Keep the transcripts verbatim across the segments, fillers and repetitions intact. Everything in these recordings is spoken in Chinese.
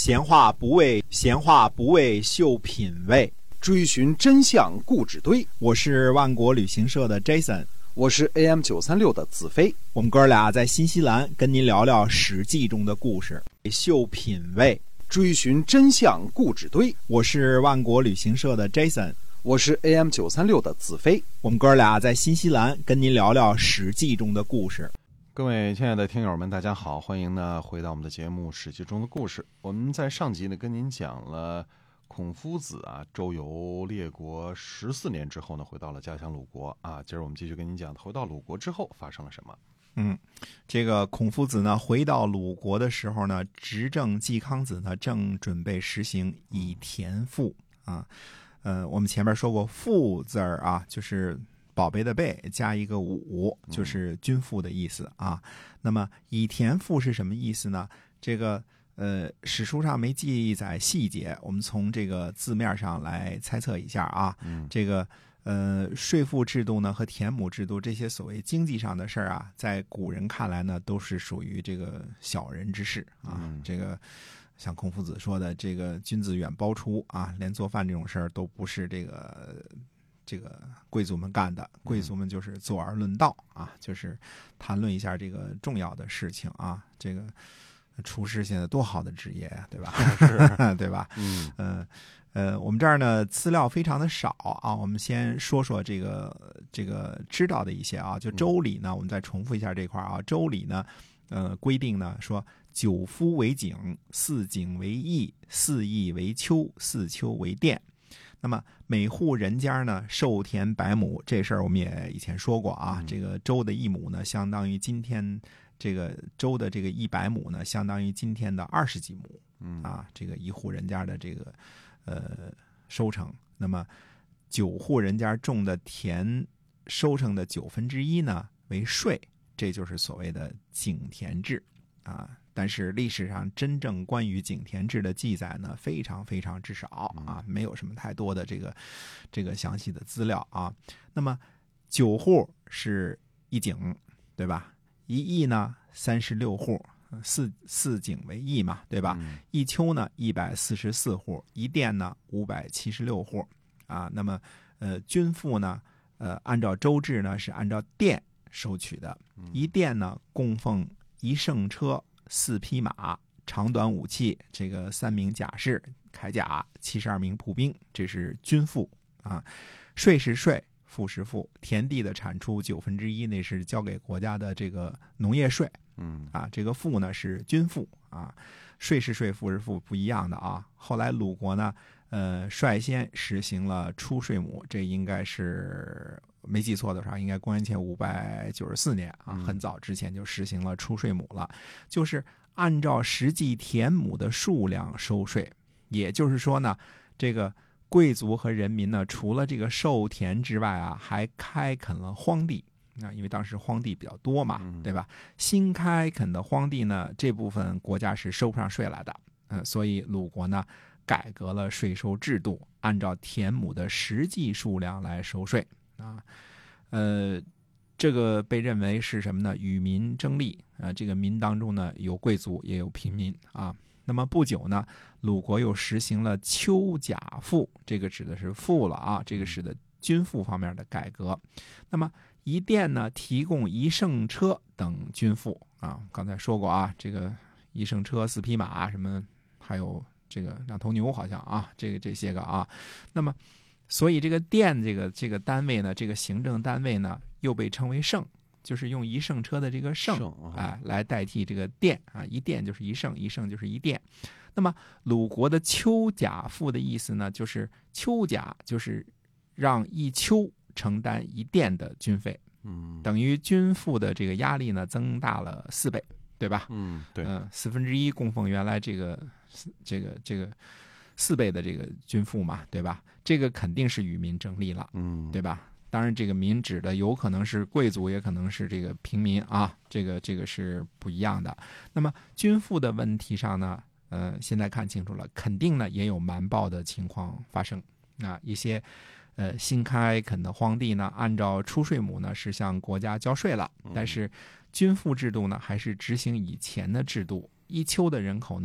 闲话不为闲话不为秀品味， 追寻真相故纸堆。 我是万国旅行社的 Jason， 我是 A M 九三六 的子飞。 我们哥俩在新西兰跟您聊聊史记中的故事，秀品味， 追寻真相故纸堆。 我是万国旅行社的 Jason， 我是 A M 九三六 的子飞。 我们哥俩在新西兰跟您聊聊史记中的故事。 各位亲爱的听友们，大家好，欢迎呢回到我们的节目《史记》中的故事。我们在上集呢跟您讲了孔夫子啊周游列国十四年之后呢，回到了家乡鲁国啊。今儿我们继续跟您讲，回到鲁国之后发生了什么。 嗯，这个孔夫子呢回到鲁国的时候呢，执政季康子呢正准备实行以田赋啊。呃，我们前面说过赋字儿啊，就是宝贝的贝加一个武，就是均赋的意思啊。那么以田赋是什么意思呢？这个呃史书上没记载细节，我们从这个字面上来猜测一下啊。 嗯、 这个呃税赋制度呢和田亩制度这些所谓经济上的事儿啊，在古人看来呢都是属于这个小人之事啊。 嗯、 这个像孔夫子说的，这个君子远庖厨啊，连做饭这种事儿都不是这个这个贵族们干的，贵族们就是坐而论道啊，就是谈论一下这个重要的事情啊。这个厨师现在多好的职业呀，对吧？ 是， 对吧？ 嗯呃呃，我们这儿呢资料非常的少啊，我们先说说这个这个知道的一些啊。就周礼呢，我们再重复一下这块啊。周礼呢，呃，规定呢说，九夫为井，四井为邑，四邑为丘，四丘为殿。那么每户人家呢授田百亩，这事儿我们也以前说过啊。这个周的一亩呢，相当于今天这个周的这个一百亩呢，相当于今天的二十几亩。 嗯啊，这个一户人家的这个呃收成。那么九户人家种的田收成的九分之一呢为税，这就是所谓的井田制啊。但是历史上真正关于井田制的记载呢，非常非常之少啊，没有什么太多的这个这个详细的资料啊。那么九户是一井，对吧？一邑呢三十六户，四四井为邑嘛，对吧？ 嗯、 一丘呢一百四十四户，一殿呢五百七十六户啊。那么呃均赋呢，呃按照周制呢是按照殿收取的，一殿呢供奉一乘车。四匹马，长短武器，这个三名甲士，铠甲，七十二名步兵，这是均赋啊。税是税，赋是赋，田地的产出九分之一，那是交给国家的这个农业税。 嗯啊，这个赋呢是均赋啊，税是税，赋是赋，不一样的啊。后来鲁国呢，呃，率先实行了出税亩，这应该是没记错的话，应该公元前五百九十四年啊，很早之前就实行了出税亩了，就是按照实际田亩的数量收税。也就是说呢，这个贵族和人民呢，除了这个授田之外啊，还开垦了荒地。啊，因为当时荒地比较多嘛，对吧？新开垦的荒地呢，这部分国家是收不上税来的，呃，所以鲁国呢改革了税收制度，按照田亩的实际数量来收税啊。呃，这个被认为是什么呢？与民争利啊、呃。这个民当中呢，有贵族也有平民啊。那么不久呢，鲁国又实行了丘甲赋，这个指的是赋了啊，这个是的均赋方面的改革。那么一殿呢提供一乘车等均赋啊，刚才说过啊，这个一乘车四匹马什么，还有这个两头牛好像啊，这个这些个啊，那么所以这个殿这个这个单位呢，这个行政单位呢又被称为乘，就是用一乘车的这个乘啊、哎、来代替这个殿啊，一殿就是一乘，一乘就是一殿。那么鲁国的丘甲赋的意思呢，就是丘甲就是让一丘承担一殿的军费， 嗯， 等于均赋的这个压力呢增大了四倍，对吧？ 嗯，对， 嗯、呃，四分之一供奉原来这个这个这个四倍的这个均赋嘛，对吧？这个肯定是与民争利了， 嗯， 对吧？当然，这个民指的有可能是贵族，也可能是这个平民啊，这个这个是不一样的。那么均赋的问题上呢，呃，现在看清楚了，肯定呢也有瞒报的情况发生啊，一些。呃，新开垦的荒地呢，按照出税亩呢是向国家交税了，但是均赋制度呢还是执行以前的制度。一丘的人口呢，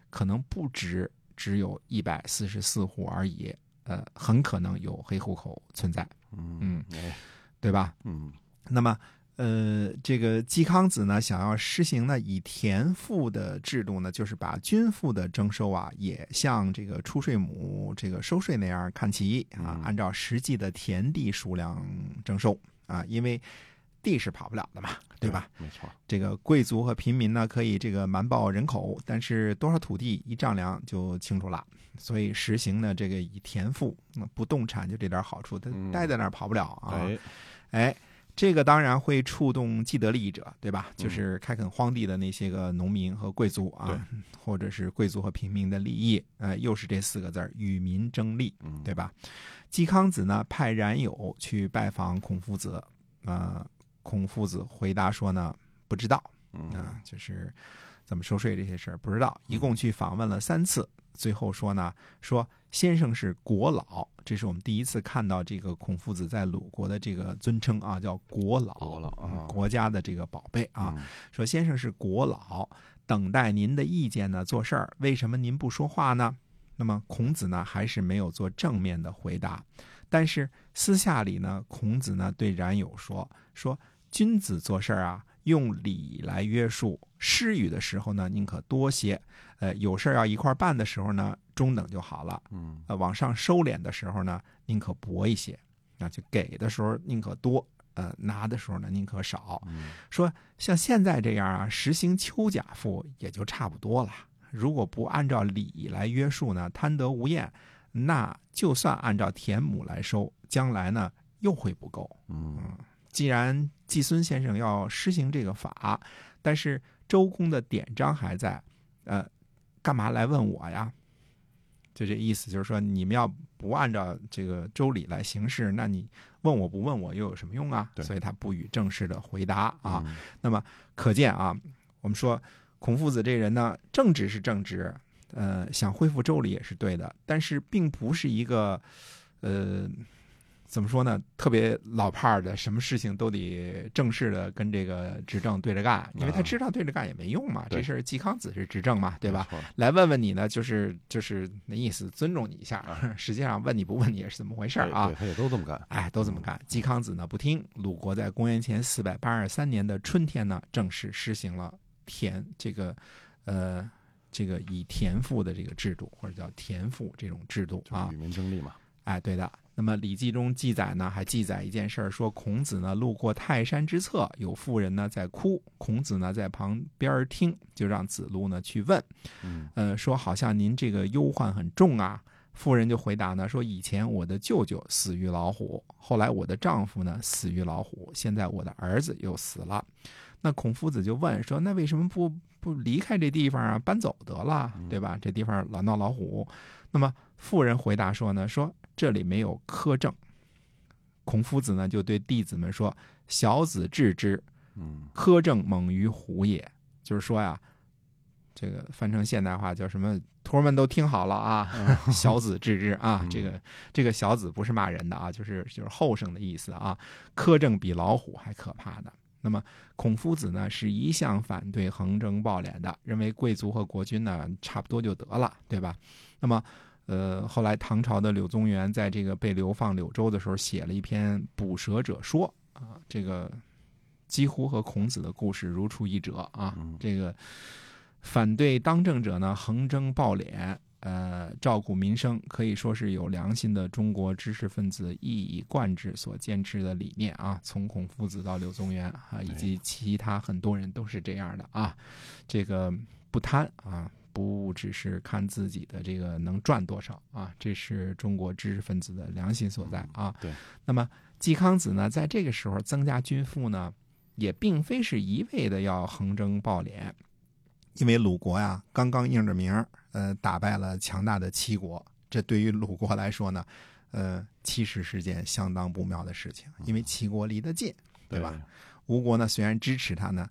可能不止只有一百四十四户而已，呃，很可能有黑户口存在， 嗯嗯， 哎， 对吧？ 嗯那么，呃，这个季康子呢，想要实行呢以田赋的制度呢，就是把均赋的征收啊，也像这个出税亩这个收税那样看齐啊， 嗯按照实际的田地数量征收啊，因为地是跑不了的嘛，对吧？ 没错， 这个贵族和平民呢，可以这个瞒报人口，但是多少土地一丈量就清楚了。所以实行呢这个以田赋，那不动产就这点好处，它嗯待在那儿跑不了啊。 哎， 哎，这个当然会触动既得利益者，对吧？就是开垦荒地的那些个农民和贵族啊， 对或者是贵族和平民的利益，呃，又是这四个字儿与民争利， 嗯对吧？季康子呢派冉有去拜访孔夫子，呃，孔夫子回答说呢不知道嗯啊、就是怎么收税这些事儿不知道，一共去访问了三次，最后说呢说先生是国老，这是我们第一次看到这个孔夫子在鲁国的这个尊称啊，叫国老， 国老啊嗯国家的这个宝贝啊。 嗯说先生是国老，等待您的意见呢做事儿，为什么您不说话呢？那么孔子呢还是没有做正面的回答，但是私下里呢，孔子呢对冉有说说君子做事儿啊，用礼来约束，施予的时候呢宁可多些，呃有事儿要一块儿办的时候呢中等就好了， 嗯呃往上收敛的时候呢宁可薄一些，那就给的时候宁可多，呃拿的时候呢宁可少。 嗯说像现在这样啊，实行丘甲赋也就差不多了。如果不按照礼来约束呢，贪得无厌，那就算按照田亩来收，将来呢又会不够。 嗯既然季孙先生要施行这个法，但是周公的典章还在，呃，干嘛来问我呀？就这意思，就是说你们要不按照这个周礼来行事，那你问我不问我又有什么用啊？ 对所以他不予正式的回答啊。 嗯那么可见啊，我们说孔夫子这人呢，正直是正直，呃，想恢复周礼也是对的，但是并不是一个，呃，怎么说呢，特别老派儿的，什么事情都得正式的跟这个执政对着干，因为他知道对着干也没用嘛， 对这事儿季康子是执政嘛，对吧？？ 没错来问问你呢，就是就是那意思，尊重你一下。实际上问你不问你也是怎么回事儿啊对？对他也都这么干。 哎，都这么干。季康子呢不听，鲁国在公元前四百八十三年的春天呢，正式施行了田这个，呃，这个以田赋的这个制度，或者叫田赋这种制度啊就。与民争利嘛。 哎，对的。那么《礼记》中记载呢，还记载一件事儿，说孔子呢路过泰山之侧，有妇人呢在哭，孔子呢在旁边听，就让子路呢去问， 嗯呃，说好像您这个忧患很重啊。妇人就回答呢，说以前我的舅舅死于老虎，后来我的丈夫呢死于老虎，现在我的儿子又死了。那孔夫子就问说，那为什么不不离开这地方啊，搬走得了，对吧？这地方老闹老虎。那么妇人回答说呢，说这里没有苛政。孔夫子呢就对弟子们说，小子治之， 嗯苛政猛于虎也。就是说呀，这个翻成现代话叫什么？徒儿们都听好了啊，小子治之啊，这个这个小子不是骂人的啊，就是就是后生的意思啊。苛政比老虎还可怕的。那么孔夫子呢是一向反对横征暴敛的，认为贵族和国君呢差不多就得了，对吧？那么呃，后来唐朝的柳宗元在这个被流放柳州的时候，写了一篇《捕蛇者说》啊，这个几乎和孔子的故事如出一辙啊。这个反对当政者呢横征暴敛，呃，照顾民生，可以说是有良心的中国知识分子一以贯之所坚持的理念啊。从孔夫子到柳宗元啊，以及其他很多人都是这样的啊。这个不贪啊，不只是看自己的这个能赚多少啊，这是中国知识分子的良心所在啊。 对。 那么季康子呢，在这个时候增加军赋呢，也并非是一味的要横征暴敛，因为鲁国呀刚刚应着名儿，呃，打败了强大的齐国，这对于鲁国来说呢，呃，其实是件相当不妙的事情，因为齐国离得近，对吧？吴国呢虽然支持他呢，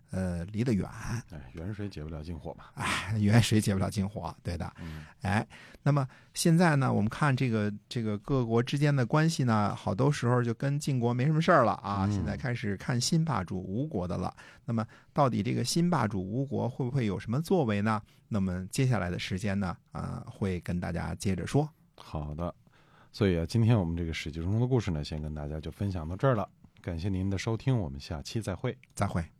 呃离得远。 哎，远水解不了近火嘛。 哎，远水解不了近火，对的。 嗯， 哎，那么现在呢，我们看这个这个各国之间的关系呢，好多时候就跟晋国没什么事儿了啊。 嗯现在开始看新霸主吴国的了。那么到底这个新霸主吴国会不会有什么作为呢？那么接下来的时间呢，啊、会跟大家接着说。 好的。所以啊，今天我们这个史记中的故事呢，先跟大家就分享到这儿了。感谢您的收听，我们下期再会。 再会。